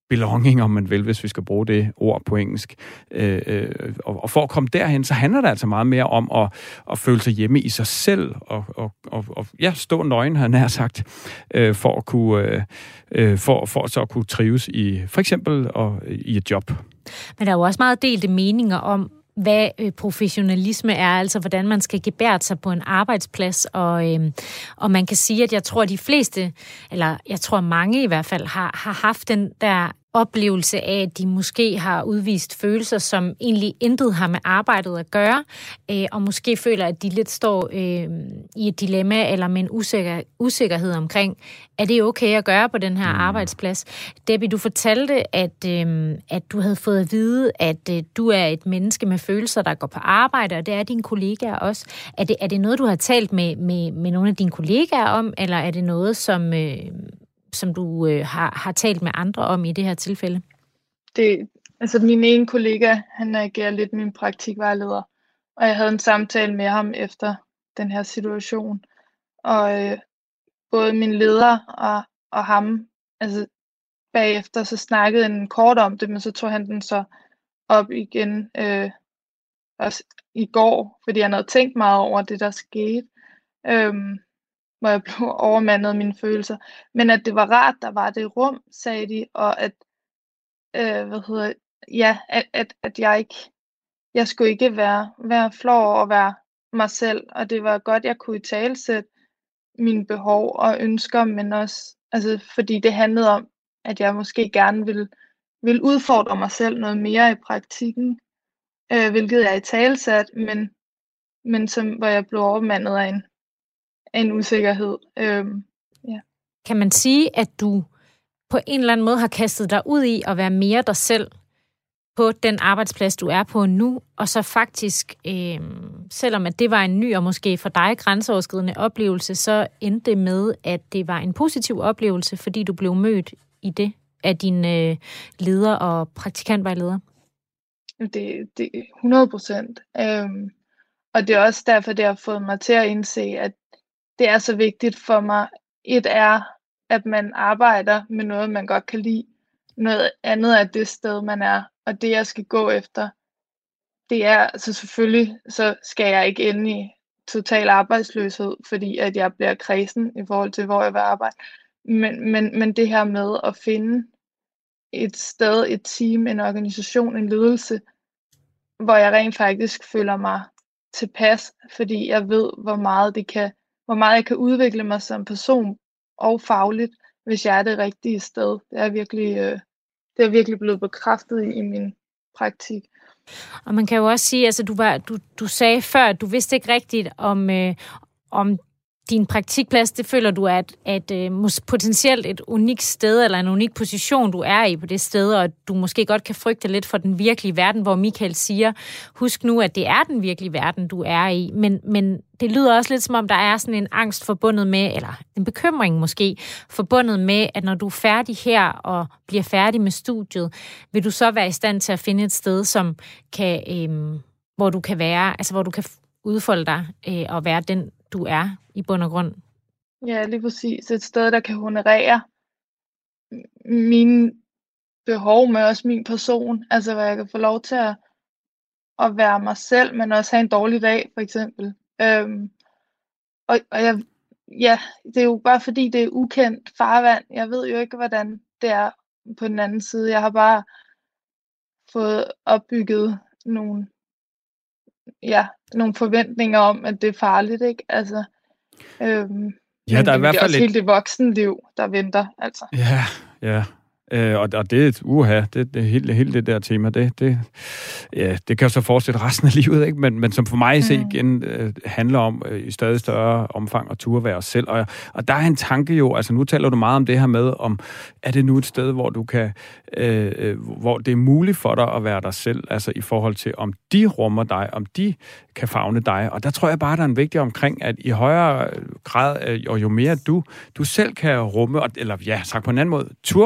belonging, om man vil, hvis vi skal bruge det ord på engelsk. Og for at komme derhen, så handler det altså meget mere om at føle sig hjemme i sig selv, og stå nøgen, har nær sagt, for at kunne for så at kunne trives i for eksempel i et job. Men der er jo også meget delte meninger om, hvad professionalisme er, altså hvordan man skal gebære sig på en arbejdsplads, og man kan sige, at jeg tror, at de fleste, eller jeg tror mange i hvert fald, har haft den der oplevelse af, at de måske har udvist følelser, som egentlig intet har med arbejdet at gøre, og måske føler, at de lidt står i et dilemma eller med en usikkerhed omkring, er det okay at gøre på den her arbejdsplads? Debbie, du fortalte, at du havde fået at vide, at du er et menneske med følelser, der går på arbejde, og det er dine kollegaer også. Er det noget, du har talt med nogle af dine kollegaer om, eller er det noget, som du har talt med andre om i det her tilfælde? Min ene kollega, han agerer lidt min praktikvejleder, og jeg havde en samtale med ham efter den her situation. Og både min leder og ham, altså bagefter, så snakkede han kort om det, men så tog han den så op igen også i går, fordi han havde tænkt meget over det, der skete. Hvor jeg blev overmandet af mine følelser. Men at det var rart, der var det rum, sagde de, og at, at jeg skulle ikke være flov over at være mig selv, og det var godt, jeg kunne italesætte mine behov og ønsker, men også, altså, fordi det handlede om, at jeg måske gerne ville udfordre mig selv noget mere i praktikken, hvilket jeg italesat, men hvor jeg blev overmandet af en usikkerhed. Kan man sige, at du på en eller anden måde har kastet dig ud i at være mere dig selv på den arbejdsplads, du er på nu, og så faktisk, selvom at det var en ny og måske for dig grænseoverskridende oplevelse, så endte det med, at det var en positiv oplevelse, fordi du blev mødt i det af din leder og praktikantvejleder? Det 100%. Og det er også derfor, det har fået mig til at indse, at det er så vigtigt for mig. Et er, at man arbejder med noget, man godt kan lide. Noget andet er det sted, man er. Og det, jeg skal gå efter, det er, altså selvfølgelig, så skal jeg ikke ende i total arbejdsløshed, fordi at jeg bliver kredsen i forhold til, hvor jeg vil arbejde. Men det her med at finde et sted, et team, en organisation, en ledelse, hvor jeg rent faktisk føler mig tilpas, fordi jeg ved, hvor meget jeg kan udvikle mig som person og fagligt, hvis jeg er det rigtige sted. Det er virkelig blevet bekræftet i min praktik. Og man kan jo også sige, altså du sagde før, at du vidste ikke rigtigt om din praktikplads, det føler du er potentielt et unikt sted, eller en unik position, du er i på det sted, og du måske godt kan frygte lidt for den virkelige verden, hvor Michael siger, husk nu, at det er den virkelige verden, du er i. Men det lyder også lidt som om, der er sådan en angst forbundet med, eller en bekymring måske, forbundet med, at når du er færdig her, og bliver færdig med studiet, vil du så være i stand til at finde et sted, som kan, hvor du kan være, altså hvor du kan udfolde dig og være den, du er i bund og grund. Ja, lige præcis. Et sted, der kan honorere mine behov, men også min person. Altså, hvor jeg kan få lov til at være mig selv, men også have en dårlig dag, for eksempel. Det er jo bare fordi, det er ukendt farvand. Jeg ved jo ikke, hvordan det er på den anden side. Jeg har bare fået opbygget nogle forventninger om, at det er farligt, ikke? Altså, der er i hvert fald også hele det voksenliv, der venter, altså. Ja. Og det er det hele det der tema, det kan jo så fortsætte resten af livet, ikke? Men som for mig igen handler om i stadig større omfang at turde være os selv. Og der er en tanke jo, altså nu taler du meget om det her med, om er det nu et sted, hvor du kan, hvor det er muligt for dig at være dig selv, altså i forhold til, om de rummer dig, om de kan favne dig. Og der tror jeg bare, der er en vigtig omkring, at i højere grad, og jo mere du selv kan rumme, eller sagt på en anden måde, tør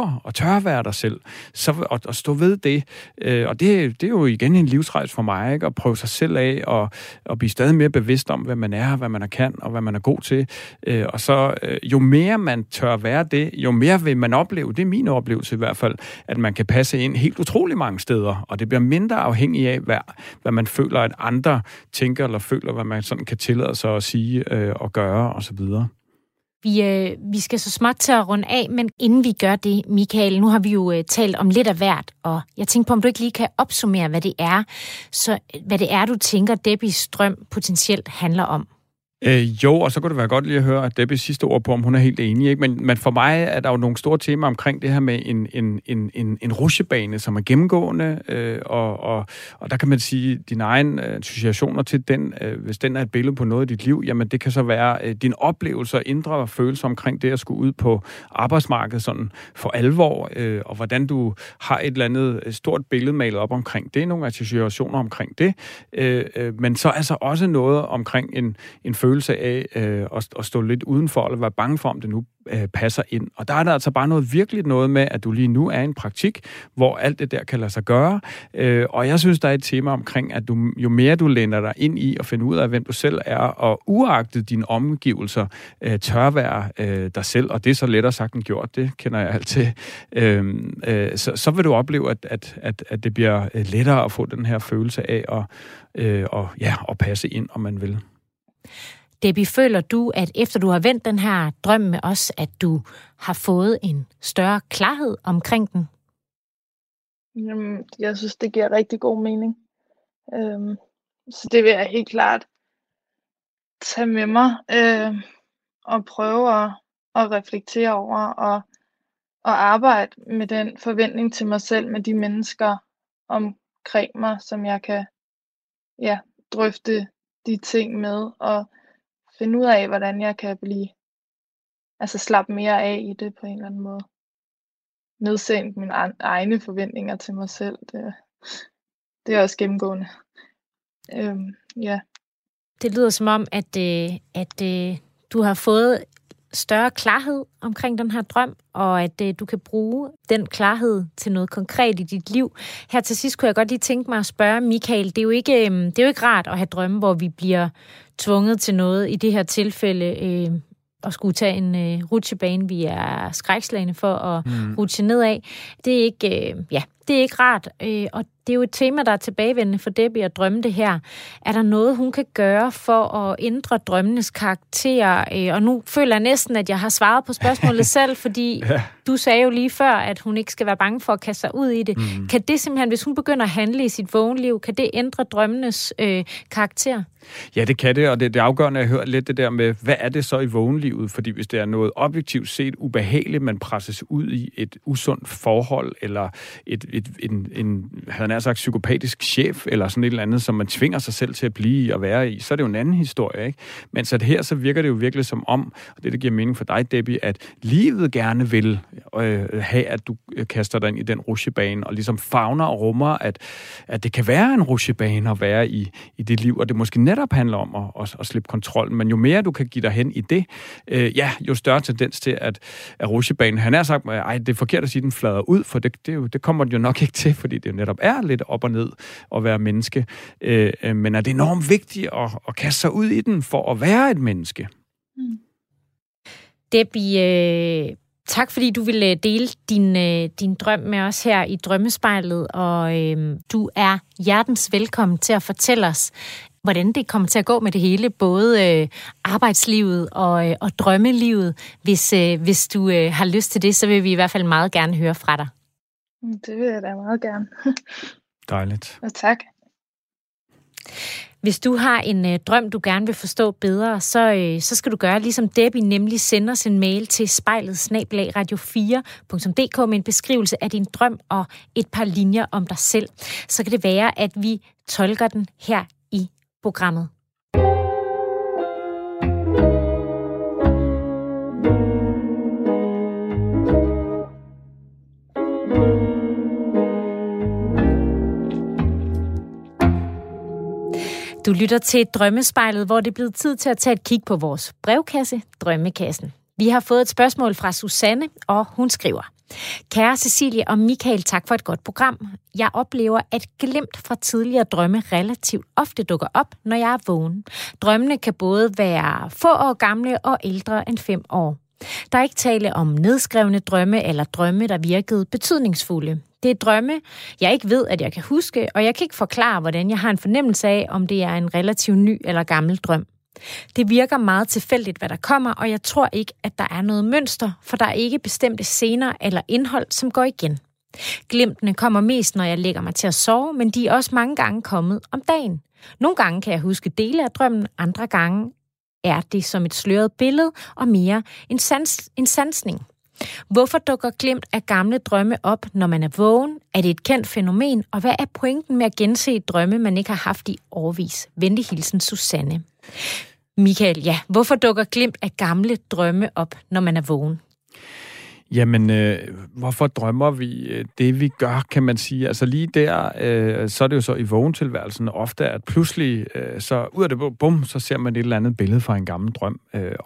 tør være dig selv, så at stå ved det. Og det er jo igen en livsrejse for mig, ikke? At prøve sig selv af og blive stadig mere bevidst om, hvad man er, hvad man kan, og hvad man er god til. Og så jo mere man tør være det, jo mere vil man opleve, det er min oplevelse i hvert fald, at man kan passe ind helt utrolig mange steder, og det bliver mindre afhængig af, hvad man føler, at andre tænker eller føler, hvad man sådan kan tillade sig at sige og gøre osv. Vi skal så småt til at runde af, men inden vi gør det, Michael, nu har vi jo talt om lidt af hvert, og jeg tænker på, om du ikke lige kan opsummere, hvad det er, du tænker, Debbies drøm potentielt handler om. Jo, og så kunne det være godt lige at høre, at Debbies sidste ord på, om hun er helt enig. Ikke? Men for mig er der jo nogle store temaer omkring det her med en rutsjebane, som er gennemgående, og der kan man sige, dine egne associationer til den, hvis den er et billede på noget i dit liv, jamen det kan så være din oplevelse og indre følelser omkring det at skulle ud på arbejdsmarkedet sådan for alvor, og hvordan du har et eller andet stort billede malet op omkring det, nogle associationer omkring det, men så altså også noget omkring en følelse af at stå lidt udenfor, eller være bange for, om det nu passer ind. Og der er der altså bare virkelig noget med, at du lige nu er i en praktik, hvor alt det der kan lade sig gøre. Og jeg synes, der er et tema omkring, at jo mere du læner dig ind i at finde ud af, hvem du selv er, og uagtet dine omgivelser, tør være dig selv, og det er så lettere sagt end gjort, det kender jeg alt til, så vil du opleve, at det bliver lettere at få den her følelse af at passe ind, om man vil. Debbie, føler du, at efter du har vendt den her drøm med os, at du har fået en større klarhed omkring den? Jamen, jeg synes, det giver rigtig god mening. Så det vil jeg helt klart tage med mig og prøve at reflektere over og arbejde med den forventning til mig selv, med de mennesker omkring mig, som jeg kan drøfte de ting med og finde ud af, hvordan jeg kan slappe mere af i det på en eller anden måde. Nedsænke mine egne forventninger til mig selv. Det er også gennemgående. Det lyder som om, at du har fået større klarhed omkring den her drøm, og at du kan bruge den klarhed til noget konkret i dit liv. Her til sidst kunne jeg godt lige tænke mig at spørge, Michael, det er jo ikke rart at have drømme, hvor vi bliver tvunget til noget, i det her tilfælde at skulle tage en rutsjebane, vi er skrækslagne for at rutsje nedad. Det er ikke rart, og det er jo et tema, der er tilbagevendende for Debbie at drømme det her. Er der noget, hun kan gøre for at ændre drømmenes karakter? Og nu føler jeg næsten, at jeg har svaret på spørgsmålet selv, fordi du sagde jo lige før, at hun ikke skal være bange for at kaste sig ud i det. Kan det simpelthen, hvis hun begynder at handle i sit vågenliv, kan det ændre drømmenes karakter? Ja, det kan det, og det er afgørende at høre lidt det der med, hvad er det så i vågenlivet? Fordi hvis det er noget objektivt set ubehageligt, man presses ud i et usundt forhold, eller han er sagt psykopatisk chef, eller sådan et eller andet, som man tvinger sig selv til at blive og være i, så er det jo en anden historie, ikke? Men så her, så virker det jo virkelig som om, og det giver mening for dig, Debbie, at livet gerne vil have, at du kaster dig ind i den rutsjebane, og ligesom favner og rummer, at det kan være en rutsjebane at være i dit liv, og det måske netop handler om at slippe kontrollen. Men jo mere du kan give dig hen i det, jo større tendens til, at rutsjebanen, han har sagt, det er forkert at sige, den flader ud, for det kommer den jo nok ikke til, fordi det jo netop er lidt op og ned at være menneske. Men er det enormt vigtigt at kaste sig ud i den for at være et menneske? Debbie, tak fordi du ville dele din drøm med os her i Drømmespejlet, og du er hjertens velkommen til at fortælle os, hvordan det kommer til at gå med det hele, både arbejdslivet og drømmelivet. Hvis du har lyst til det, så vil vi i hvert fald meget gerne høre fra dig. Det vil jeg da meget gerne. Dejligt. Og tak. Hvis du har en drøm, du gerne vil forstå bedre, så skal du gøre ligesom Debbie, nemlig sende os en mail til spejlet@radio4.dk med en beskrivelse af din drøm og et par linjer om dig selv. Så kan det være, at vi tolker den her i programmet. Du lytter til Drømmespejlet, hvor det er blevet tid til at tage et kig på vores brevkasse, Drømmekassen. Vi har fået et spørgsmål fra Susanne, og hun skriver: Kære Cecilie og Michael, tak for et godt program. Jeg oplever, at glimt fra tidligere drømme relativt ofte dukker op, når jeg er vågen. Drømmene kan både være få år gamle og ældre end 5 år. Der er ikke tale om nedskrevne drømme eller drømme, der virkede betydningsfulde. Det er drømme, jeg ikke ved, at jeg kan huske, og jeg kan ikke forklare, hvordan jeg har en fornemmelse af, om det er en relativt ny eller gammel drøm. Det virker meget tilfældigt, hvad der kommer, og jeg tror ikke, at der er noget mønster, for der er ikke bestemte scener eller indhold, som går igen. Glimtene kommer mest, når jeg lægger mig til at sove, men de er også mange gange kommet om dagen. Nogle gange kan jeg huske dele af drømmen, andre gange er det som et sløret billede og mere en sansning. Hvorfor dukker glimt af gamle drømme op, når man er vågen? Er det et kendt fænomen? Og hvad er pointen med at gense drømme, man ikke har haft i årevis? Venlig hilsen, Susanne. Michael, ja, hvorfor dukker glimt af gamle drømme op, når man er vågen? Jamen, hvorfor drømmer vi det, vi gør, kan man sige? Altså lige der, så er det jo så i vågentilværelsen ofte, at pludselig, så ud af det, bum, så ser man et eller andet billede fra en gammel drøm.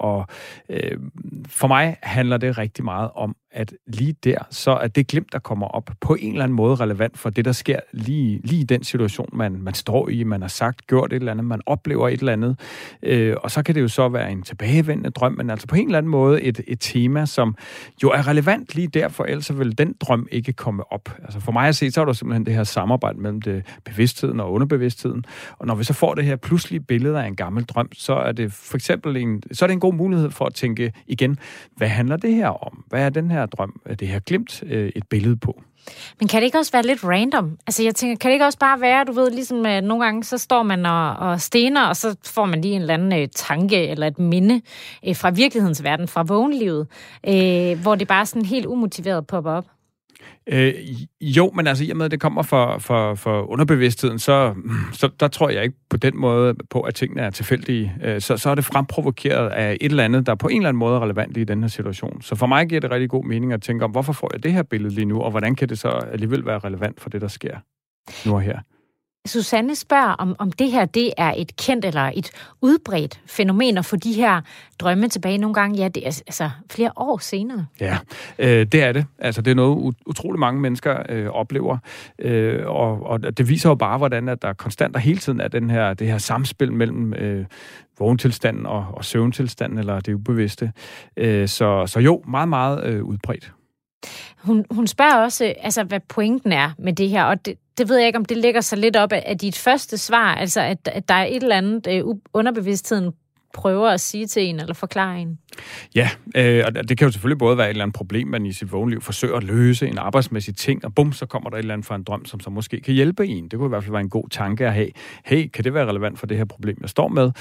For mig handler det rigtig meget om, at lige der, så er det glimt, der kommer op, på en eller anden måde relevant for det, der sker lige i den situation, man står i, man har sagt, gjort et eller andet, man oplever et eller andet. Og så kan det jo så være en tilbagevendende drøm, men altså på en eller anden måde et tema, som jo er relevant lige der, for ellers vil den drøm ikke komme op. Altså for mig at se, så er der simpelthen det her samarbejde mellem det bevidstheden og underbevidstheden. Og når vi så får det her pludselige billede af en gammel drøm, så er det for eksempel en god mulighed for at tænke igen, hvad handler det her om? Hvad er den her drøm, det her glimt et billede på? Men kan det ikke også være lidt random? Altså jeg tænker, kan det ikke også bare være, du ved, ligesom nogle gange, så står man og stener, og så får man lige en eller anden tanke eller et minde fra virkelighedens verden, fra vågenlivet, hvor det bare sådan helt umotiveret popper op? Jo, men altså i og med, at det kommer for underbevidstheden, så der tror jeg ikke på den måde på, at tingene er tilfældige. Så er det fremprovokeret af et eller andet, der på en eller anden måde er relevant i den her situation. Så for mig giver det rigtig god mening at tænke om, hvorfor får jeg det her billede lige nu, og hvordan kan det så alligevel være relevant for det, der sker nu og her? Susanne spørger, om det her det er et kendt eller et udbredt fænomen at få de her drømme tilbage nogle gange. Ja, det er altså flere år senere. Ja, det er det. Altså, det er noget, utrolig mange mennesker oplever. Og det viser jo bare, hvordan at der konstant og hele tiden er det her samspil mellem vågentilstanden og søvntilstanden, eller det ubevidste. Så jo, meget, meget udbredt. Hun spørger også, altså, hvad pointen er med det her, og det ved jeg ikke, om det lægger sig lidt op af dit første svar, altså at der er et eller andet underbevidstheden prøver at sige til en eller forklare en. Ja, og det kan jo selvfølgelig både være et eller andet problem, man i sit vågenliv forsøger at løse, en arbejdsmæssig ting, og bum, så kommer der et eller andet fra en drøm, som så måske kan hjælpe en. Det kunne i hvert fald være en god tanke at have. Hey, kan det være relevant for det her problem, jeg står med?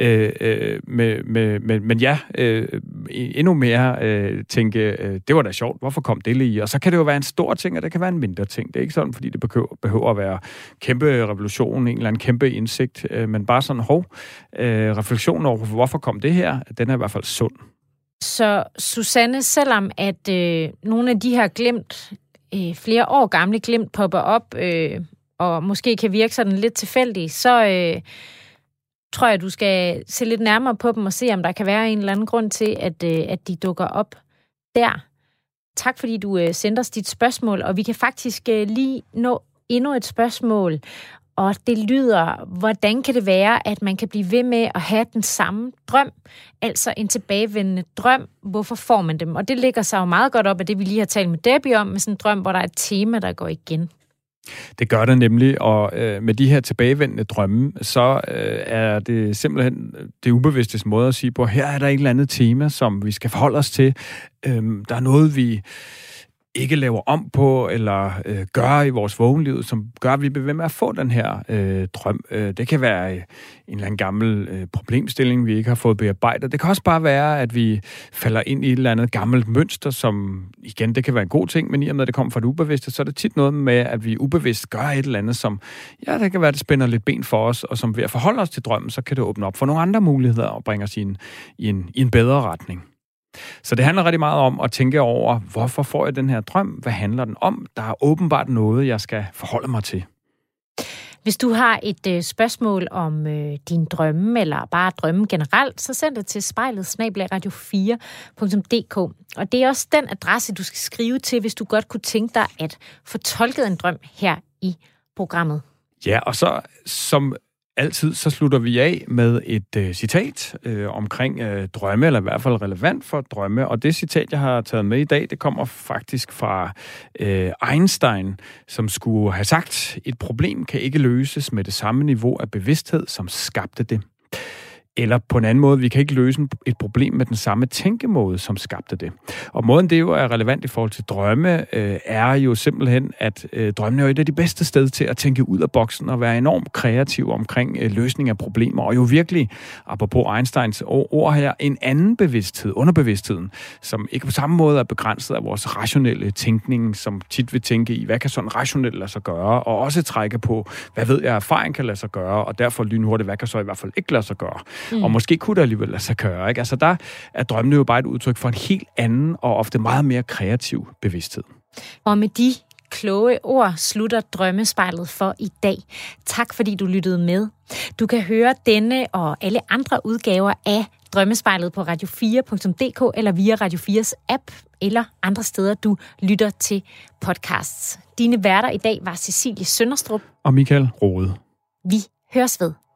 Men ja, endnu mere tænke, det var da sjovt, hvorfor kom det lige? Og så kan det jo være en stor ting, og det kan være en mindre ting. Det er ikke sådan, fordi det behøver at være kæmpe revolution, en eller anden kæmpe indsigt, men bare sådan, refleksion over, hvorfor kom det her? Den er i hvert fald sund. Så Susanne, selvom at nogle af de her glimt, flere år gamle glimt popper op, og måske kan virke sådan lidt tilfældigt, så tror jeg, du skal se lidt nærmere på dem og se, om der kan være en eller anden grund til, at de dukker op der. Tak fordi du sendte os dit spørgsmål, og vi kan faktisk lige nå endnu et spørgsmål. Og det lyder, hvordan kan det være, at man kan blive ved med at have den samme drøm, altså en tilbagevendende drøm? Hvorfor får man dem? Og det ligger sig jo meget godt op af det, vi lige har talt med Debbie om, med sådan en drøm, hvor der er et tema, der går igen. Det gør det nemlig, og med de her tilbagevendende drømme, så er det simpelthen det ubevidstes måde at sige på, her er der et eller andet tema, som vi skal forholde os til. Der er noget, vi ikke laver om på, eller gør i vores vågenliv, som gør, at vi bliver ved med at få den her drøm. Det kan være en eller anden gammel problemstilling, vi ikke har fået bearbejdet. Det kan også bare være, at vi falder ind i et eller andet gammelt mønster, som igen, det kan være en god ting, men i og med, at det kommer fra det ubevidste, så er det tit noget med, at vi ubevidst gør et eller andet, som, ja, det kan være, det spænder lidt ben for os, og som ved at forholde os til drømmen, så kan det åbne op for nogle andre muligheder og bringe os i en bedre retning. Så det handler rigtig meget om at tænke over, hvorfor får jeg den her drøm? Hvad handler den om? Der er åbenbart noget, jeg skal forholde mig til. Hvis du har et spørgsmål om dine drømme, eller bare drømme generelt, så send det til spejlet@radio4.dk. Og det er også den adresse, du skal skrive til, hvis du godt kunne tænke dig at få tolket en drøm her i programmet. Ja, og så som altid, så slutter vi af med et citat omkring drømme, eller i hvert fald relevant for drømme. Og det citat, jeg har taget med i dag, det kommer faktisk fra Einstein, som skulle have sagt, et problem kan ikke løses med det samme niveau af bevidsthed, som skabte det. Eller på en anden måde, vi kan ikke løse et problem med den samme tænkemåde, som skabte det. Og måden, det jo er relevant i forhold til drømme, er jo simpelthen, at drømme er jo et af de bedste steder til at tænke ud af boksen og være enormt kreativ omkring løsning af problemer. Og jo virkelig, apropos Einsteins ord her, en anden bevidsthed, underbevidstheden, som ikke på samme måde er begrænset af vores rationelle tænkning, som tit vil tænke i, hvad kan sådan rationelt lade sig gøre, og også trække på, hvad ved jeg, erfaring kan lade sig gøre, og derfor lynhurtigt, hvad kan så i hvert fald ikke lade sig gøre. Og måske kunne det alligevel lade sig gøre, ikke? Altså der er drømmene jo bare et udtryk for en helt anden og ofte meget mere kreativ bevidsthed. Og med de kloge ord slutter Drømmespejlet for i dag. Tak fordi du lyttede med. Du kan høre denne og alle andre udgaver af Drømmespejlet på radio4.dk eller via Radio 4's app eller andre steder, du lytter til podcasts. Dine værter i dag var Cecilie Sønderstrup og Michael Rode. Vi høres ved.